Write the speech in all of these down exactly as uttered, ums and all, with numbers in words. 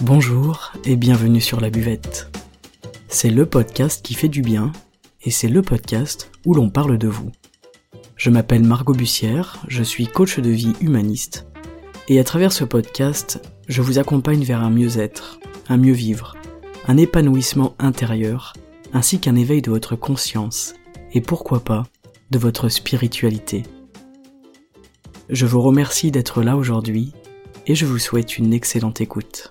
Bonjour et bienvenue sur La Buvette. C'est le podcast qui fait du bien et c'est le podcast où l'on parle de vous. Je m'appelle Margot Bussière, je suis coach de vie humaniste et à travers ce podcast, je vous accompagne vers un mieux-être, un mieux-vivre, un épanouissement intérieur ainsi qu'un éveil de votre conscience et pourquoi pas de votre spiritualité. Je vous remercie d'être là aujourd'hui et je vous souhaite une excellente écoute.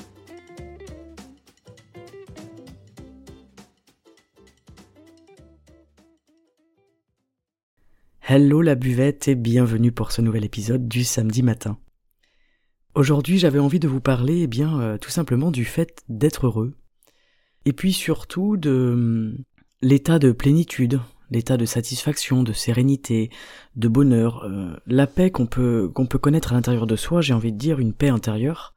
Hello la buvette et bienvenue pour ce nouvel épisode du samedi matin. Aujourd'hui j'avais envie de vous parler eh bien euh, tout simplement du fait d'être heureux et puis surtout de euh, l'état de plénitude, l'état de satisfaction, de sérénité, de bonheur, euh, la paix qu'on peut, qu'on peut connaître à l'intérieur de soi, j'ai envie de dire une paix intérieure.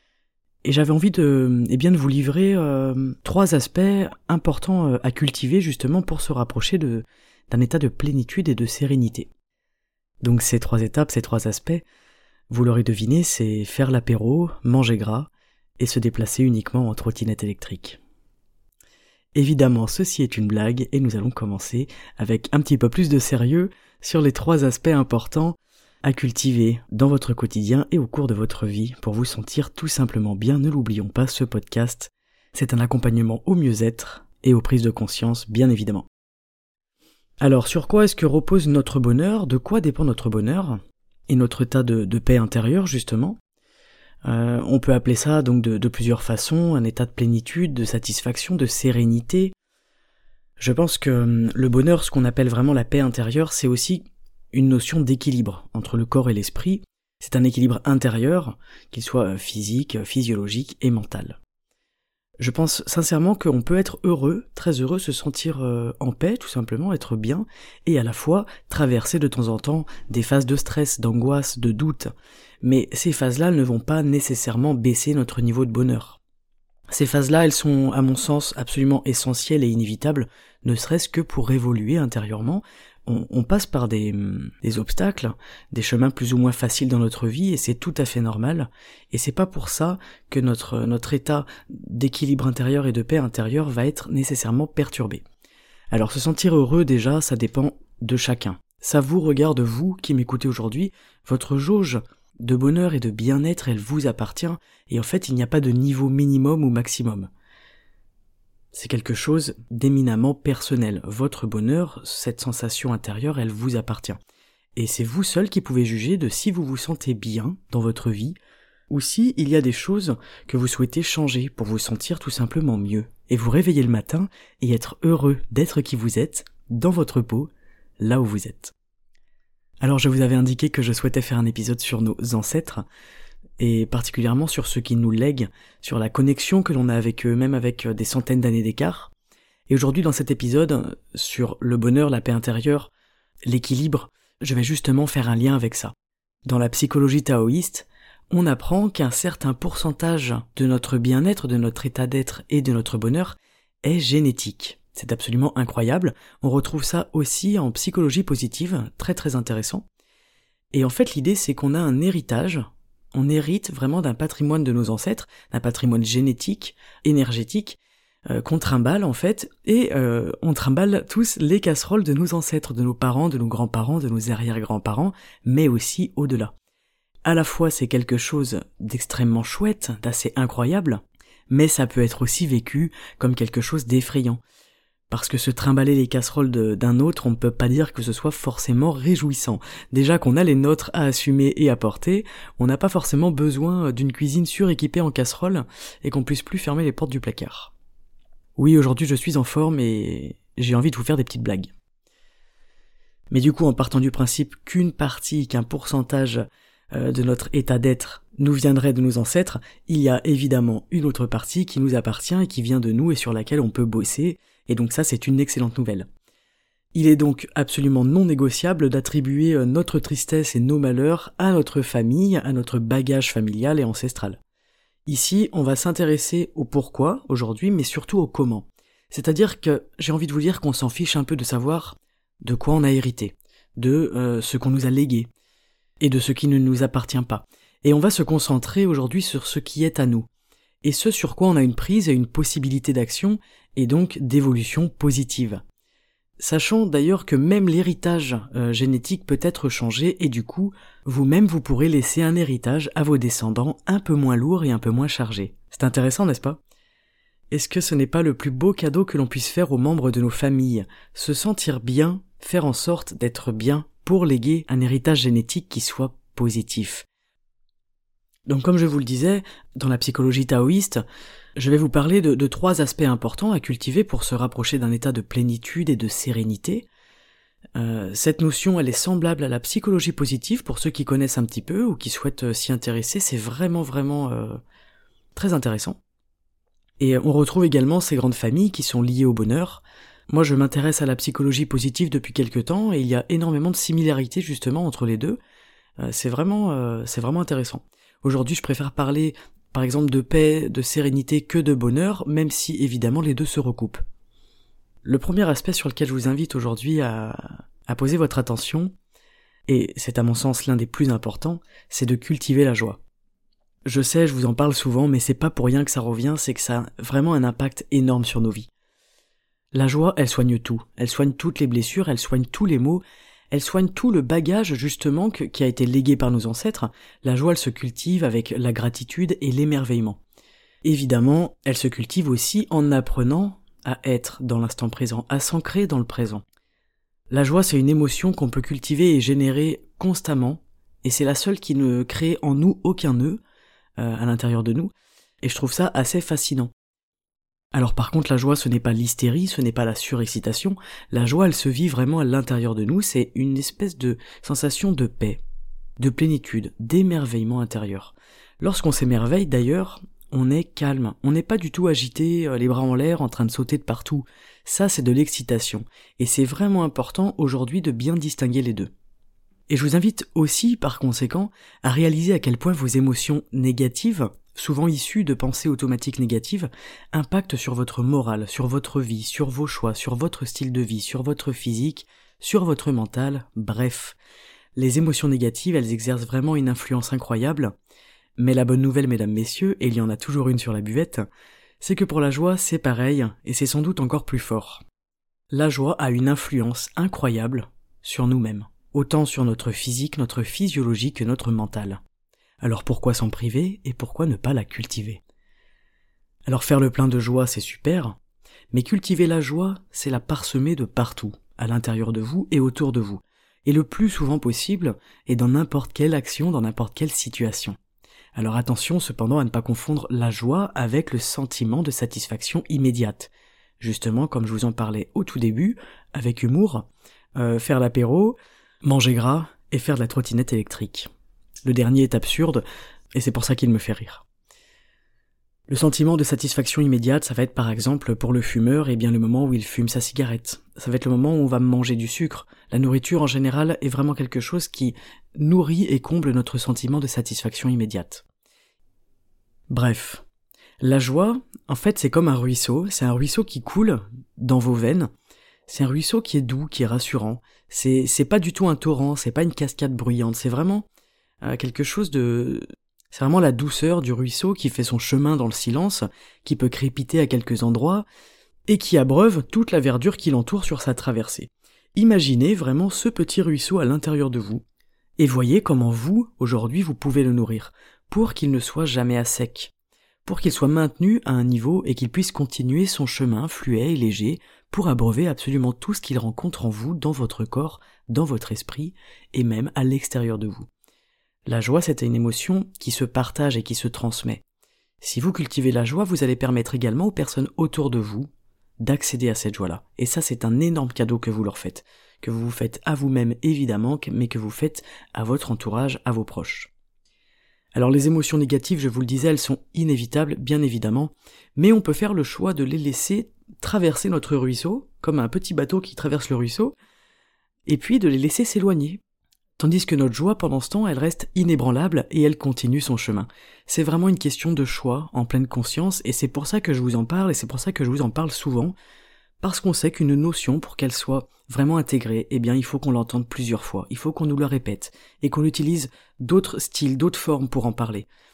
Et j'avais envie de, eh bien, de vous livrer euh, trois aspects importants euh, à cultiver justement pour se rapprocher de d'un état de plénitude et de sérénité. Donc ces trois étapes, ces trois aspects, vous l'aurez deviné, c'est faire l'apéro, manger gras et se déplacer uniquement en trottinette électrique. Évidemment, ceci est une blague et nous allons commencer avec un petit peu plus de sérieux sur les trois aspects importants à cultiver dans votre quotidien et au cours de votre vie pour vous sentir tout simplement bien. Ne l'oublions pas, ce podcast, c'est un accompagnement au mieux-être et aux prises de conscience, bien évidemment. Alors, sur quoi est-ce que repose notre bonheur ? De quoi dépend notre bonheur ? Et notre état de, de paix intérieure, justement. Euh, on peut appeler ça donc de, de plusieurs façons, un état de plénitude, de satisfaction, de sérénité. Je pense que hum, le bonheur, ce qu'on appelle vraiment la paix intérieure, c'est aussi une notion d'équilibre entre le corps et l'esprit. C'est un équilibre intérieur, qu'il soit physique, physiologique et mental. Je pense sincèrement qu'on peut être heureux, très heureux, se sentir euh, en paix, tout simplement, être bien, et à la fois traverser de temps en temps des phases de stress, d'angoisse, de doute. Mais ces phases-là ne vont pas nécessairement baisser notre niveau de bonheur. Ces phases-là, elles sont, à mon sens, absolument essentielles et inévitables, ne serait-ce que pour évoluer intérieurement. On, on passe par des, des obstacles, des chemins plus ou moins faciles dans notre vie, et c'est tout à fait normal. Et c'est pas pour ça que notre, notre état d'équilibre intérieur et de paix intérieure va être nécessairement perturbé. Alors se sentir heureux déjà, ça dépend de chacun. Ça vous regarde, vous qui m'écoutez aujourd'hui, votre jauge de bonheur et de bien-être, elle vous appartient, et en fait il n'y a pas de niveau minimum ou maximum. C'est quelque chose d'éminemment personnel. Votre bonheur, cette sensation intérieure, elle vous appartient. Et c'est vous seul qui pouvez juger de si vous vous sentez bien dans votre vie, ou si il y a des choses que vous souhaitez changer pour vous sentir tout simplement mieux, et vous réveiller le matin et être heureux d'être qui vous êtes, dans votre peau, là où vous êtes. Alors je vous avais indiqué que je souhaitais faire un épisode sur nos ancêtres, et particulièrement sur ceux qui nous lèguent, sur la connexion que l'on a avec eux, même avec des centaines d'années d'écart. Et aujourd'hui, dans cet épisode, sur le bonheur, la paix intérieure, l'équilibre, je vais justement faire un lien avec ça. Dans la psychologie taoïste, on apprend qu'un certain pourcentage de notre bien-être, de notre état d'être et de notre bonheur est génétique. C'est absolument incroyable. On retrouve ça aussi en psychologie positive, très très intéressant. Et en fait, l'idée, c'est qu'on a un héritage. On hérite vraiment d'un patrimoine de nos ancêtres, d'un patrimoine génétique, énergétique, euh, qu'on trimballe en fait, et euh, on trimballe tous les casseroles de nos ancêtres, de nos parents, de nos grands-parents, de nos arrière-grands-parents, mais aussi au-delà. À la fois c'est quelque chose d'extrêmement chouette, d'assez incroyable, mais ça peut être aussi vécu comme quelque chose d'effrayant. Parce que se trimballer les casseroles de, d'un autre, on ne peut pas dire que ce soit forcément réjouissant. Déjà qu'on a les nôtres à assumer et à porter, on n'a pas forcément besoin d'une cuisine suréquipée en casseroles et qu'on puisse plus fermer les portes du placard. Oui, aujourd'hui je suis en forme et j'ai envie de vous faire des petites blagues. Mais du coup, en partant du principe qu'une partie, qu'un pourcentage euh, de notre état d'être nous viendrait de nos ancêtres, il y a évidemment une autre partie qui nous appartient et qui vient de nous et sur laquelle on peut bosser. Et donc ça, c'est une excellente nouvelle. Il est donc absolument non négociable d'attribuer notre tristesse et nos malheurs à notre famille, à notre bagage familial et ancestral. Ici, on va s'intéresser au pourquoi aujourd'hui, mais surtout au comment. C'est-à-dire que j'ai envie de vous dire qu'on s'en fiche un peu de savoir de quoi on a hérité, de euh, ce qu'on nous a légué, et de ce qui ne nous appartient pas. Et on va se concentrer aujourd'hui sur ce qui est à nous. et ce sur quoi on a une prise et une possibilité d'action, et donc d'évolution positive. Sachant d'ailleurs que même l'héritage euh, génétique peut être changé, et du coup, vous-même vous pourrez laisser un héritage à vos descendants un peu moins lourd et un peu moins chargé. C'est intéressant, n'est-ce pas ? Est-ce que ce n'est pas le plus beau cadeau que l'on puisse faire aux membres de nos familles ? Se sentir bien, faire en sorte d'être bien pour léguer un héritage génétique qui soit positif. Donc comme je vous le disais, dans la psychologie taoïste, je vais vous parler de, de trois aspects importants à cultiver pour se rapprocher d'un état de plénitude et de sérénité. Euh, cette notion, elle est semblable à la psychologie positive pour ceux qui connaissent un petit peu ou qui souhaitent euh, s'y intéresser, c'est vraiment vraiment euh, très intéressant. Et on retrouve également ces grandes familles qui sont liées au bonheur. Moi je m'intéresse à la psychologie positive depuis quelque temps et il y a énormément de similarités justement entre les deux. Euh, c'est vraiment, euh, c'est vraiment intéressant. Aujourd'hui, je préfère parler, par exemple, de paix, de sérénité que de bonheur, même si, évidemment, les deux se recoupent. Le premier aspect sur lequel je vous invite aujourd'hui à, à poser votre attention, et c'est à mon sens l'un des plus importants, c'est de cultiver la joie. Je sais, je vous en parle souvent, mais c'est pas pour rien que ça revient, c'est que ça a vraiment un impact énorme sur nos vies. La joie, elle soigne tout. Elle soigne toutes les blessures, elle soigne tous les maux, elle soigne tout le bagage justement que, qui a été légué par nos ancêtres. La joie, elle se cultive avec la gratitude et l'émerveillement. Évidemment, elle se cultive aussi en apprenant à être dans l'instant présent, à s'ancrer dans le présent. La joie, c'est une émotion qu'on peut cultiver et générer constamment, et c'est la seule qui ne crée en nous aucun nœud euh, à l'intérieur de nous, et je trouve ça assez fascinant. Alors par contre, la joie, ce n'est pas l'hystérie, ce n'est pas la surexcitation. La joie, elle se vit vraiment à l'intérieur de nous. C'est une espèce de sensation de paix, de plénitude, d'émerveillement intérieur. Lorsqu'on s'émerveille, d'ailleurs, on est calme. On n'est pas du tout agité, les bras en l'air, en train de sauter de partout. Ça, c'est de l'excitation. Et c'est vraiment important aujourd'hui de bien distinguer les deux. Et je vous invite aussi, par conséquent, à réaliser à quel point vos émotions négatives, souvent issues de pensées automatiques négatives, impactent sur votre morale, sur votre vie, sur vos choix, sur votre style de vie, sur votre physique, sur votre mental, bref. Les émotions négatives, elles exercent vraiment une influence incroyable, mais la bonne nouvelle, mesdames, messieurs, et il y en a toujours une sur la buvette, c'est que pour la joie, c'est pareil, et c'est sans doute encore plus fort. La joie a une influence incroyable sur nous-mêmes, autant sur notre physique, notre physiologie que notre mental. Alors pourquoi s'en priver et pourquoi ne pas la cultiver ? Alors faire le plein de joie, c'est super, mais cultiver la joie, c'est la parsemer de partout, à l'intérieur de vous et autour de vous, et le plus souvent possible, et dans n'importe quelle action, dans n'importe quelle situation. Alors attention cependant à ne pas confondre la joie avec le sentiment de satisfaction immédiate. Justement, comme je vous en parlais au tout début, avec humour, euh, faire l'apéro, manger gras et faire de la trottinette électrique. Le dernier est absurde, et c'est pour ça qu'il me fait rire. Le sentiment de satisfaction immédiate, ça va être par exemple pour le fumeur, eh bien le moment où il fume sa cigarette. Ça va être le moment où on va manger du sucre. La nourriture en général est vraiment quelque chose qui nourrit et comble notre sentiment de satisfaction immédiate. Bref, la joie, en fait, c'est comme un ruisseau, c'est un ruisseau qui coule dans vos veines. C'est un ruisseau qui est doux, qui est rassurant. C'est, c'est pas du tout un torrent, c'est pas une cascade bruyante, c'est vraiment euh, quelque chose de... C'est vraiment la douceur du ruisseau qui fait son chemin dans le silence, qui peut crépiter à quelques endroits, et qui abreuve toute la verdure qui l'entoure sur sa traversée. Imaginez vraiment ce petit ruisseau à l'intérieur de vous, et voyez comment vous, aujourd'hui, vous pouvez le nourrir, pour qu'il ne soit jamais à sec, pour qu'il soit maintenu à un niveau et qu'il puisse continuer son chemin fluet et léger, pour abreuver absolument tout ce qu'il rencontre en vous, dans votre corps, dans votre esprit, et même à l'extérieur de vous. La joie, c'est une émotion qui se partage et qui se transmet. Si vous cultivez la joie, vous allez permettre également aux personnes autour de vous d'accéder à cette joie-là. Et ça, c'est un énorme cadeau que vous leur faites, que vous vous faites à vous-même évidemment, mais que vous faites à votre entourage, à vos proches. Alors les émotions négatives, je vous le disais, elles sont inévitables, bien évidemment, mais on peut faire le choix de les laisser traverser notre ruisseau, comme un petit bateau qui traverse le ruisseau, et puis de les laisser s'éloigner. Tandis que notre joie, pendant ce temps, elle reste inébranlable et elle continue son chemin. C'est vraiment une question de choix, en pleine conscience, et c'est pour ça que je vous en parle, et c'est pour ça que je vous en parle souvent, parce qu'on sait qu'une notion, pour qu'elle soit vraiment intégrée, eh bien il faut qu'on l'entende plusieurs fois, il faut qu'on nous le répète, et qu'on utilise d'autres styles, d'autres formes pour en parler.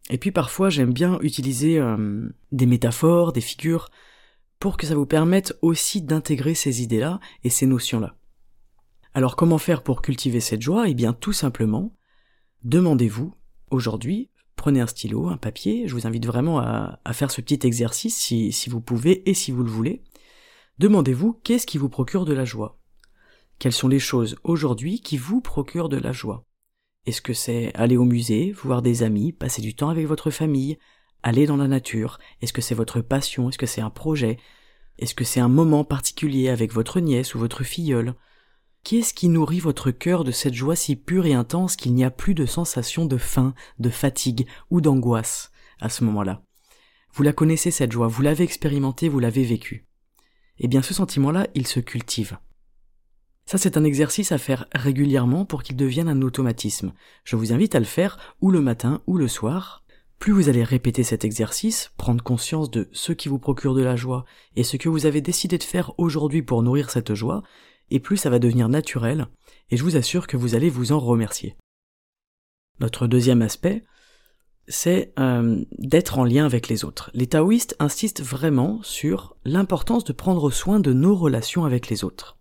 Et puis parfois j'aime bien utiliser euh, des métaphores, des figures, pour que ça vous permette aussi d'intégrer ces idées-là et ces notions-là. Alors comment faire pour cultiver cette joie ? Eh bien tout simplement, demandez-vous aujourd'hui, prenez un stylo, un papier, je vous invite vraiment à, à faire ce petit exercice si, si vous pouvez et si vous le voulez. Demandez-vous qu'est-ce qui vous procure de la joie ? Quelles sont les choses aujourd'hui qui vous procurent de la joie ? Est-ce que c'est aller au musée, voir des amis, passer du temps avec votre famille, aller dans la nature ? Est-ce que c'est votre passion ? Est-ce que c'est un projet ? Est-ce que c'est un moment particulier avec votre nièce ou votre filleule ? Qu'est-ce qui nourrit votre cœur de cette joie si pure et intense qu'il n'y a plus de sensation de faim, de fatigue ou d'angoisse à ce moment-là ? Vous la connaissez cette joie, vous l'avez expérimentée, vous l'avez vécue. Eh bien ce sentiment-là, il se cultive. Ça c'est un exercice à faire régulièrement pour qu'il devienne un automatisme. Je vous invite à le faire ou le matin ou le soir. Plus vous allez répéter cet exercice, prendre conscience de ce qui vous procure de la joie et ce que vous avez décidé de faire aujourd'hui pour nourrir cette joie, et plus ça va devenir naturel, et je vous assure que vous allez vous en remercier. Notre deuxième aspect, c'est euh, d'être en lien avec les autres. Les taoïstes insistent vraiment sur l'importance de prendre soin de nos relations avec les autres.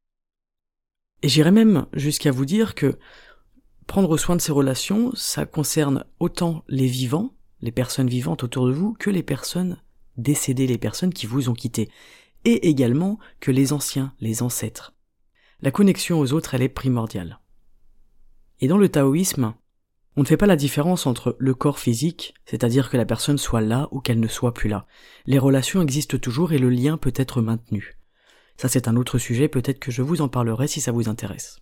Et j'irais même jusqu'à vous dire que prendre soin de ces relations, ça concerne autant les vivants, les personnes vivantes autour de vous, que les personnes décédées, les personnes qui vous ont quitté, et également que les anciens, les ancêtres. La connexion aux autres, elle est primordiale. Et dans le taoïsme, on ne fait pas la différence entre le corps physique, c'est-à-dire que la personne soit là ou qu'elle ne soit plus là. Les relations existent toujours et le lien peut être maintenu. Ça c'est un autre sujet, peut-être que je vous en parlerai si ça vous intéresse.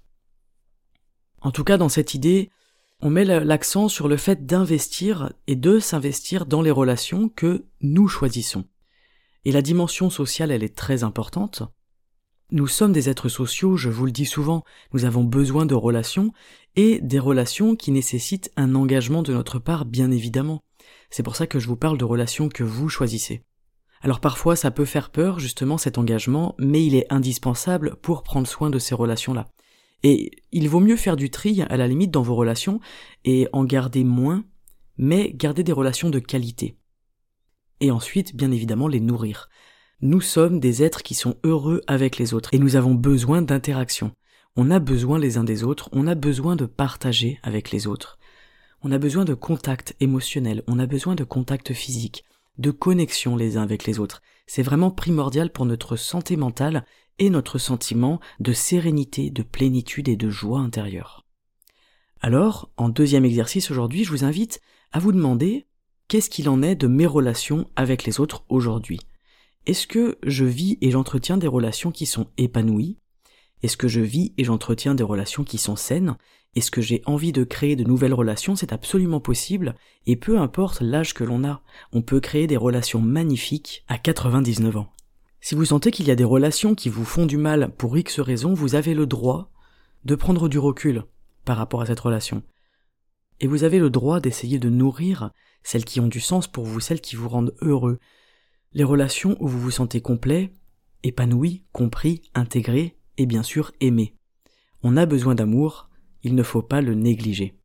En tout cas, dans cette idée, on met l'accent sur le fait d'investir et de s'investir dans les relations que nous choisissons. Et la dimension sociale, elle est très importante. Nous sommes des êtres sociaux, je vous le dis souvent, nous avons besoin de relations, et des relations qui nécessitent un engagement de notre part, bien évidemment. C'est pour ça que je vous parle de relations que vous choisissez. Alors parfois, ça peut faire peur, justement, cet engagement, mais il est indispensable pour prendre soin de ces relations-là. Et il vaut mieux faire du tri, à la limite, dans vos relations, et en garder moins, mais garder des relations de qualité. Et ensuite, bien évidemment, les nourrir. Nous sommes des êtres qui sont heureux avec les autres, et nous avons besoin d'interaction. On a besoin les uns des autres, on a besoin de partager avec les autres. On a besoin de contact émotionnel, on a besoin de contact physique, de connexion les uns avec les autres. C'est vraiment primordial pour notre santé mentale et notre sentiment de sérénité, de plénitude et de joie intérieure. Alors, en deuxième exercice aujourd'hui, je vous invite à vous demander qu'est-ce qu'il en est de mes relations avec les autres aujourd'hui. Est-ce que je vis et j'entretiens des relations qui sont épanouies ? Est-ce que je vis et j'entretiens des relations qui sont saines ? Est-ce que j'ai envie de créer de nouvelles relations ? C'est absolument possible, et peu importe l'âge que l'on a, on peut créer des relations magnifiques à quatre-vingt-dix-neuf ans. Si vous sentez qu'il y a des relations qui vous font du mal pour X raisons, vous avez le droit de prendre du recul par rapport à cette relation. Et vous avez le droit d'essayer de nourrir celles qui ont du sens pour vous, celles qui vous rendent heureux. Les relations où vous vous sentez complet, épanoui, compris, intégré et bien sûr aimé. On a besoin d'amour, il ne faut pas le négliger.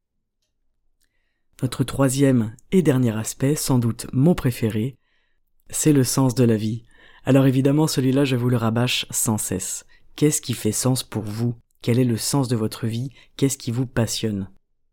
Notre troisième et dernier aspect, sans doute mon préféré, c'est le sens de la vie. Alors évidemment, celui-là, je vous le rabâche sans cesse. Qu'est-ce qui fait sens pour vous ? Quel est le sens de votre vie ? Qu'est-ce qui vous passionne ?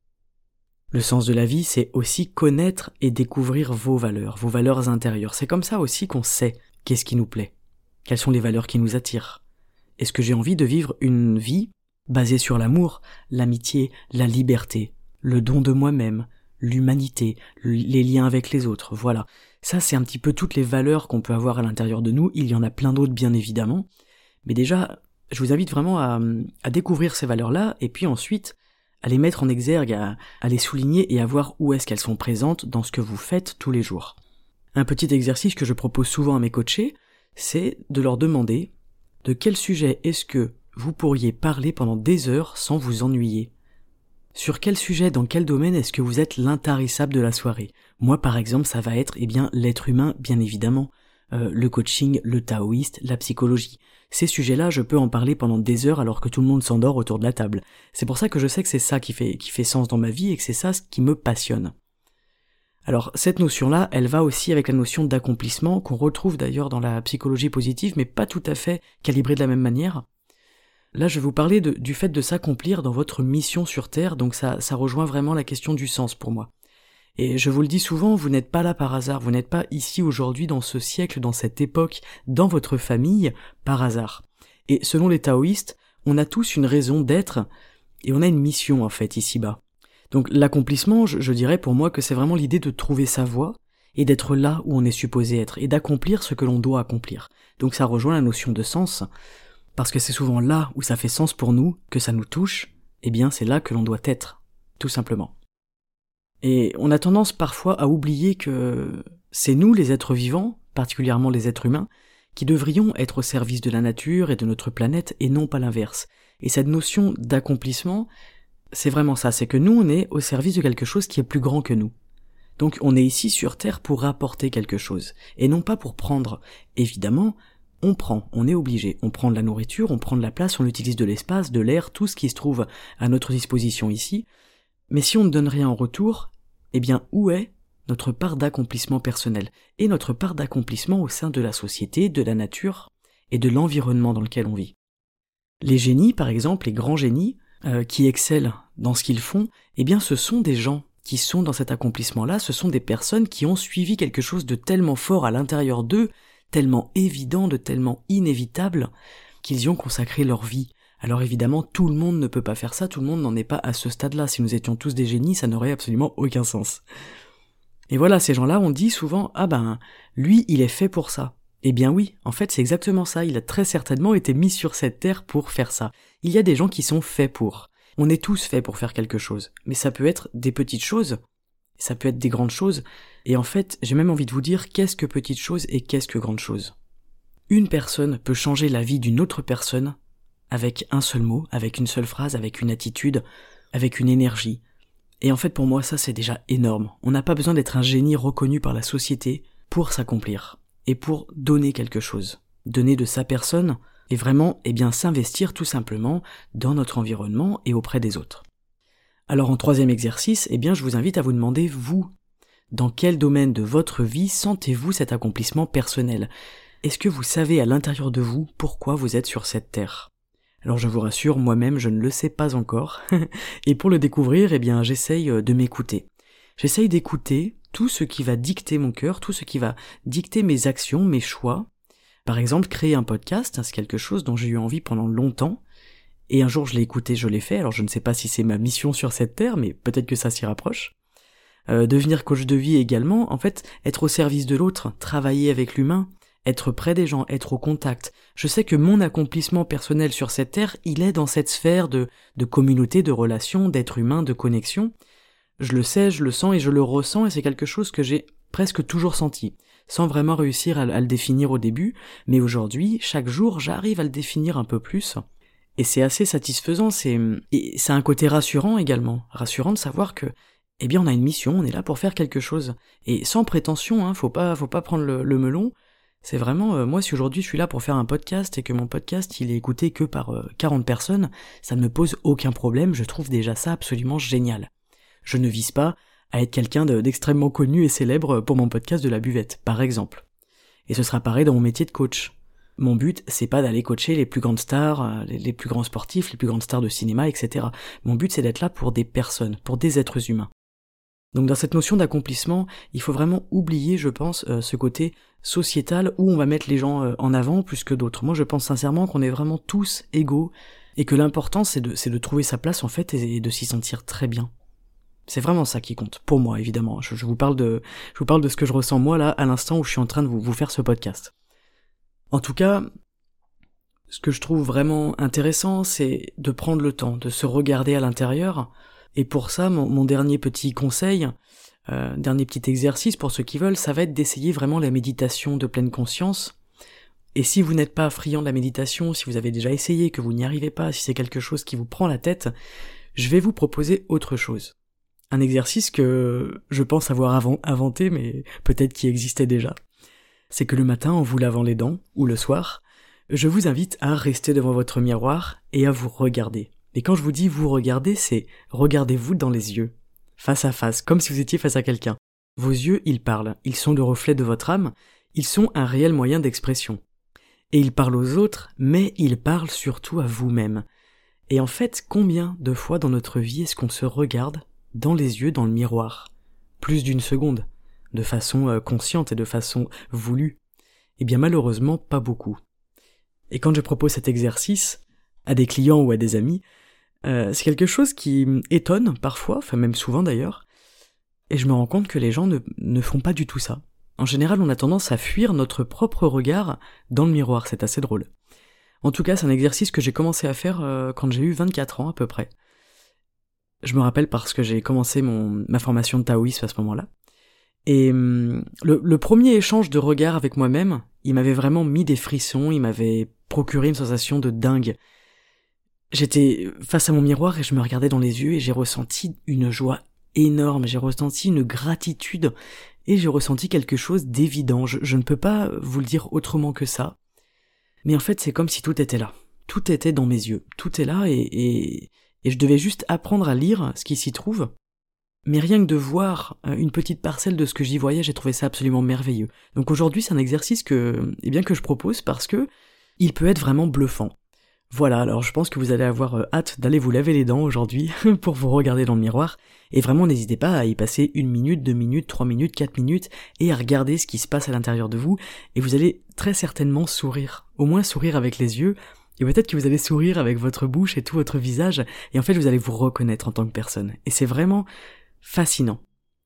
Le sens de la vie, c'est aussi connaître et découvrir vos valeurs, vos valeurs intérieures. C'est comme ça aussi qu'on sait qu'est-ce qui nous plaît. Quelles sont les valeurs qui nous attirent ? Est-ce que j'ai envie de vivre une vie basée sur l'amour, l'amitié, la liberté, le don de moi-même, l'humanité, les liens avec les autres, voilà. Ça, c'est un petit peu toutes les valeurs qu'on peut avoir à l'intérieur de nous. Il y en a plein d'autres, bien évidemment. Mais déjà, je vous invite vraiment à, à découvrir ces valeurs-là, et puis ensuite, à les mettre en exergue, à, à les souligner et à voir où est-ce qu'elles sont présentes dans ce que vous faites tous les jours. Un petit exercice que je propose souvent à mes coachés, c'est de leur demander de quel sujet est-ce que vous pourriez parler pendant des heures sans vous ennuyer. Sur quel sujet, dans quel domaine est-ce que vous êtes l'intarissable de la soirée ? Moi, par exemple, ça va être, eh bien, l'être humain, bien évidemment, euh, le coaching, le taoïste, la psychologie. Ces sujets-là, je peux en parler pendant des heures alors que tout le monde s'endort autour de la table. C'est pour ça que je sais que c'est ça qui fait, qui fait sens dans ma vie et que c'est ça ce qui me passionne. Alors cette notion-là, elle va aussi avec la notion d'accomplissement, qu'on retrouve d'ailleurs dans la psychologie positive, mais pas tout à fait calibrée de la même manière. Là, je vais vous parler de, du fait de s'accomplir dans votre mission sur Terre, donc ça, ça rejoint vraiment la question du sens pour moi. Et je vous le dis souvent, vous n'êtes pas là par hasard, vous n'êtes pas ici aujourd'hui dans ce siècle, dans cette époque, dans votre famille, par hasard. Et selon les taoïstes, on a tous une raison d'être, et on a une mission en fait ici-bas. Donc l'accomplissement, je, je dirais pour moi que c'est vraiment l'idée de trouver sa voie, et d'être là où on est supposé être, et d'accomplir ce que l'on doit accomplir. Donc ça rejoint la notion de sens, parce que c'est souvent là où ça fait sens pour nous, que ça nous touche, eh bien c'est là que l'on doit être, tout simplement. Et on a tendance parfois à oublier que c'est nous les êtres vivants, particulièrement les êtres humains, qui devrions être au service de la nature et de notre planète et non pas l'inverse. Et cette notion d'accomplissement, c'est vraiment ça, c'est que nous on est au service de quelque chose qui est plus grand que nous. Donc on est ici sur Terre pour apporter quelque chose, et non pas pour prendre. Évidemment, on prend, on est obligé, on prend de la nourriture, on prend de la place, on utilise de l'espace, de l'air, tout ce qui se trouve à notre disposition ici. Mais si on ne donne rien en retour, eh bien où est notre part d'accomplissement personnel et notre part d'accomplissement au sein de la société, de la nature et de l'environnement dans lequel on vit. Les génies, par exemple, les grands génies euh, qui excellent dans ce qu'ils font, eh bien ce sont des gens qui sont dans cet accomplissement-là, ce sont des personnes qui ont suivi quelque chose de tellement fort à l'intérieur d'eux, tellement évident, de tellement inévitable, qu'ils y ont consacré leur vie. Alors évidemment, tout le monde ne peut pas faire ça, tout le monde n'en est pas à ce stade-là. Si nous étions tous des génies, ça n'aurait absolument aucun sens. Et voilà, ces gens-là, on dit souvent « Ah ben, lui, il est fait pour ça ». Eh bien oui, en fait, c'est exactement ça. Il a très certainement été mis sur cette terre pour faire ça. Il y a des gens qui sont faits pour. On est tous faits pour faire quelque chose. Mais ça peut être des petites choses, ça peut être des grandes choses. Et en fait, j'ai même envie de vous dire qu'est-ce que petites choses et qu'est-ce que grandes choses. Une personne peut changer la vie d'une autre personne avec un seul mot, avec une seule phrase, avec une attitude, avec une énergie. Et en fait, pour moi, ça, c'est déjà énorme. On n'a pas besoin d'être un génie reconnu par la société pour s'accomplir et pour donner quelque chose. Donner de sa personne et vraiment, eh bien, s'investir tout simplement dans notre environnement et auprès des autres. Alors, en troisième exercice, eh bien, je vous invite à vous demander, vous, dans quel domaine de votre vie sentez-vous cet accomplissement personnel ? Est-ce que vous savez à l'intérieur de vous pourquoi vous êtes sur cette terre ? Alors je vous rassure, moi-même je ne le sais pas encore, et pour le découvrir, eh bien j'essaye de m'écouter. J'essaye d'écouter tout ce qui va dicter mon cœur, tout ce qui va dicter mes actions, mes choix. Par exemple, créer un podcast, c'est quelque chose dont j'ai eu envie pendant longtemps, et un jour je l'ai écouté, je l'ai fait, alors je ne sais pas si c'est ma mission sur cette terre, mais peut-être que ça s'y rapproche. Euh, devenir coach de vie également, en fait, être au service de l'autre, travailler avec l'humain, être près des gens, être au contact. Je sais que mon accomplissement personnel sur cette terre, il est dans cette sphère de, de communauté, de relations, d'être humain, de connexion. Je le sais, je le sens et je le ressens et c'est quelque chose que j'ai presque toujours senti, sans vraiment réussir à, à le définir au début, mais aujourd'hui, chaque jour, j'arrive à le définir un peu plus. Et c'est assez satisfaisant, c'est, et c'est un côté rassurant également, rassurant de savoir que, eh bien on a une mission, on est là pour faire quelque chose. Et sans prétention, hein, faut pas, faut pas prendre le, le melon. C'est vraiment, euh, moi si aujourd'hui je suis là pour faire un podcast et que mon podcast il est écouté que par euh, quarante personnes, ça ne me pose aucun problème, je trouve déjà ça absolument génial. Je ne vise pas à être quelqu'un de, d'extrêmement connu et célèbre pour mon podcast de la buvette, par exemple. Et ce sera pareil dans mon métier de coach. Mon but, c'est pas d'aller coacher les plus grandes stars, les, les plus grands sportifs, les plus grandes stars de cinéma, et cetera. Mon but c'est d'être là pour des personnes, pour des êtres humains. Donc dans cette notion d'accomplissement, il faut vraiment oublier, je pense, euh, ce côté sociétal où on va mettre les gens euh, en avant plus que d'autres. Moi je pense sincèrement qu'on est vraiment tous égaux et que l'important c'est de, c'est de trouver sa place en fait et, et de s'y sentir très bien. C'est vraiment ça qui compte, pour moi évidemment. Je, je, vous parle de, je vous parle de ce que je ressens moi là à l'instant où je suis en train de vous, vous faire ce podcast. En tout cas, ce que je trouve vraiment intéressant c'est de prendre le temps, de se regarder à l'intérieur. Et pour ça, mon, mon dernier petit conseil, euh, dernier petit exercice pour ceux qui veulent, ça va être d'essayer vraiment la méditation de pleine conscience. Et si vous n'êtes pas friand de la méditation, si vous avez déjà essayé, que vous n'y arrivez pas, si c'est quelque chose qui vous prend la tête, je vais vous proposer autre chose. Un exercice que je pense avoir avant, inventé, mais peut-être qui existait déjà. C'est que le matin, en vous lavant les dents, ou le soir, je vous invite à rester devant votre miroir et à vous regarder. Et quand je vous dis vous regardez, c'est regardez-vous dans les yeux, face à face, comme si vous étiez face à quelqu'un. Vos yeux, ils parlent, ils sont le reflet de votre âme, ils sont un réel moyen d'expression. Et ils parlent aux autres, mais ils parlent surtout à vous-même. Et en fait, combien de fois dans notre vie est-ce qu'on se regarde dans les yeux dans le miroir? Plus d'une seconde, de façon euh, consciente et de façon voulue. Eh bien malheureusement, pas beaucoup. Et quand je propose cet exercice à des clients ou à des amis, euh, c'est quelque chose qui étonne parfois, enfin même souvent d'ailleurs, et je me rends compte que les gens ne, ne font pas du tout ça. En général, on a tendance à fuir notre propre regard dans le miroir, c'est assez drôle. En tout cas, c'est un exercice que j'ai commencé à faire euh, quand j'ai eu vingt-quatre ans à peu près. Je me rappelle parce que j'ai commencé mon, ma formation de taoïsme à ce moment-là. Et hum, le, le premier échange de regard avec moi-même, il m'avait vraiment mis des frissons, il m'avait procuré une sensation de dingue. J'étais face à mon miroir et je me regardais dans les yeux et j'ai ressenti une joie énorme, j'ai ressenti une gratitude et j'ai ressenti quelque chose d'évident. Je, je ne peux pas vous le dire autrement que ça. Mais en fait, c'est comme si tout était là. Tout était dans mes yeux. Tout est là et, et, et je devais juste apprendre à lire ce qui s'y trouve. Mais rien que de voir une petite parcelle de ce que j'y voyais, j'ai trouvé ça absolument merveilleux. Donc aujourd'hui, c'est un exercice que, eh bien, que je propose parce que il peut être vraiment bluffant. Voilà, alors je pense que vous allez avoir hâte d'aller vous laver les dents aujourd'hui pour vous regarder dans le miroir. Et vraiment, n'hésitez pas à y passer une minute, deux minutes, trois minutes, quatre minutes et à regarder ce qui se passe à l'intérieur de vous. Et vous allez très certainement sourire. Au moins sourire avec les yeux. Et peut-être que vous allez sourire avec votre bouche et tout votre visage. Et en fait, vous allez vous reconnaître en tant que personne. Et c'est vraiment fascinant.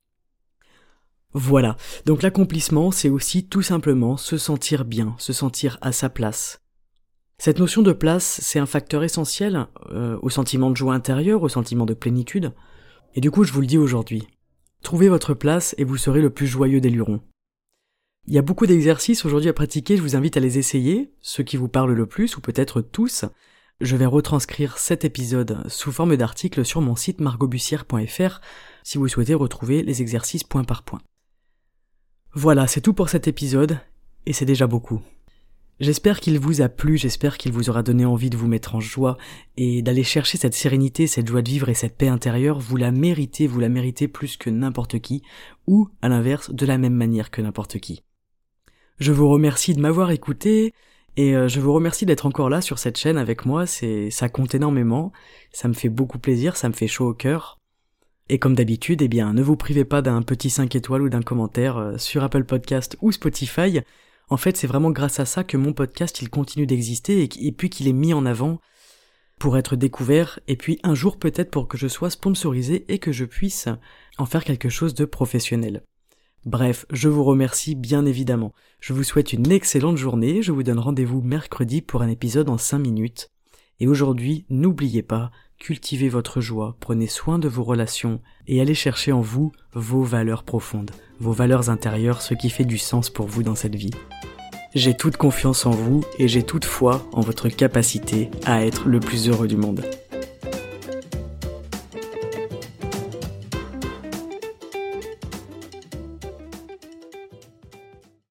Voilà. Donc l'accomplissement, c'est aussi tout simplement se sentir bien, se sentir à sa place. Cette notion de place, c'est un facteur essentiel euh, au sentiment de joie intérieure, au sentiment de plénitude. Et du coup, je vous le dis aujourd'hui. Trouvez votre place et vous serez le plus joyeux des lurons. Il y a beaucoup d'exercices aujourd'hui à pratiquer, je vous invite à les essayer, ceux qui vous parlent le plus, ou peut-être tous. Je vais retranscrire cet épisode sous forme d'article sur mon site margot bussière point f r si vous souhaitez retrouver les exercices point par point. Voilà, c'est tout pour cet épisode, et c'est déjà beaucoup. J'espère qu'il vous a plu, j'espère qu'il vous aura donné envie de vous mettre en joie et d'aller chercher cette sérénité, cette joie de vivre et cette paix intérieure. Vous la méritez, vous la méritez plus que n'importe qui, ou à l'inverse, de la même manière que n'importe qui. Je vous remercie de m'avoir écouté et je vous remercie d'être encore là sur cette chaîne avec moi, c'est, ça compte énormément, ça me fait beaucoup plaisir, ça me fait chaud au cœur. Et comme d'habitude, eh bien, ne vous privez pas d'un petit cinq étoiles ou d'un commentaire sur Apple Podcast ou Spotify. En fait, c'est vraiment grâce à ça que mon podcast, il continue d'exister et, et puis qu'il est mis en avant pour être découvert et puis un jour peut-être pour que je sois sponsorisé et que je puisse en faire quelque chose de professionnel. Bref, je vous remercie bien évidemment. Je vous souhaite une excellente journée, je vous donne rendez-vous mercredi pour un épisode en cinq minutes. Et aujourd'hui, n'oubliez pas, cultivez votre joie, prenez soin de vos relations et allez chercher en vous vos valeurs profondes, vos valeurs intérieures, ce qui fait du sens pour vous dans cette vie. J'ai toute confiance en vous et j'ai toute foi en votre capacité à être le plus heureux du monde.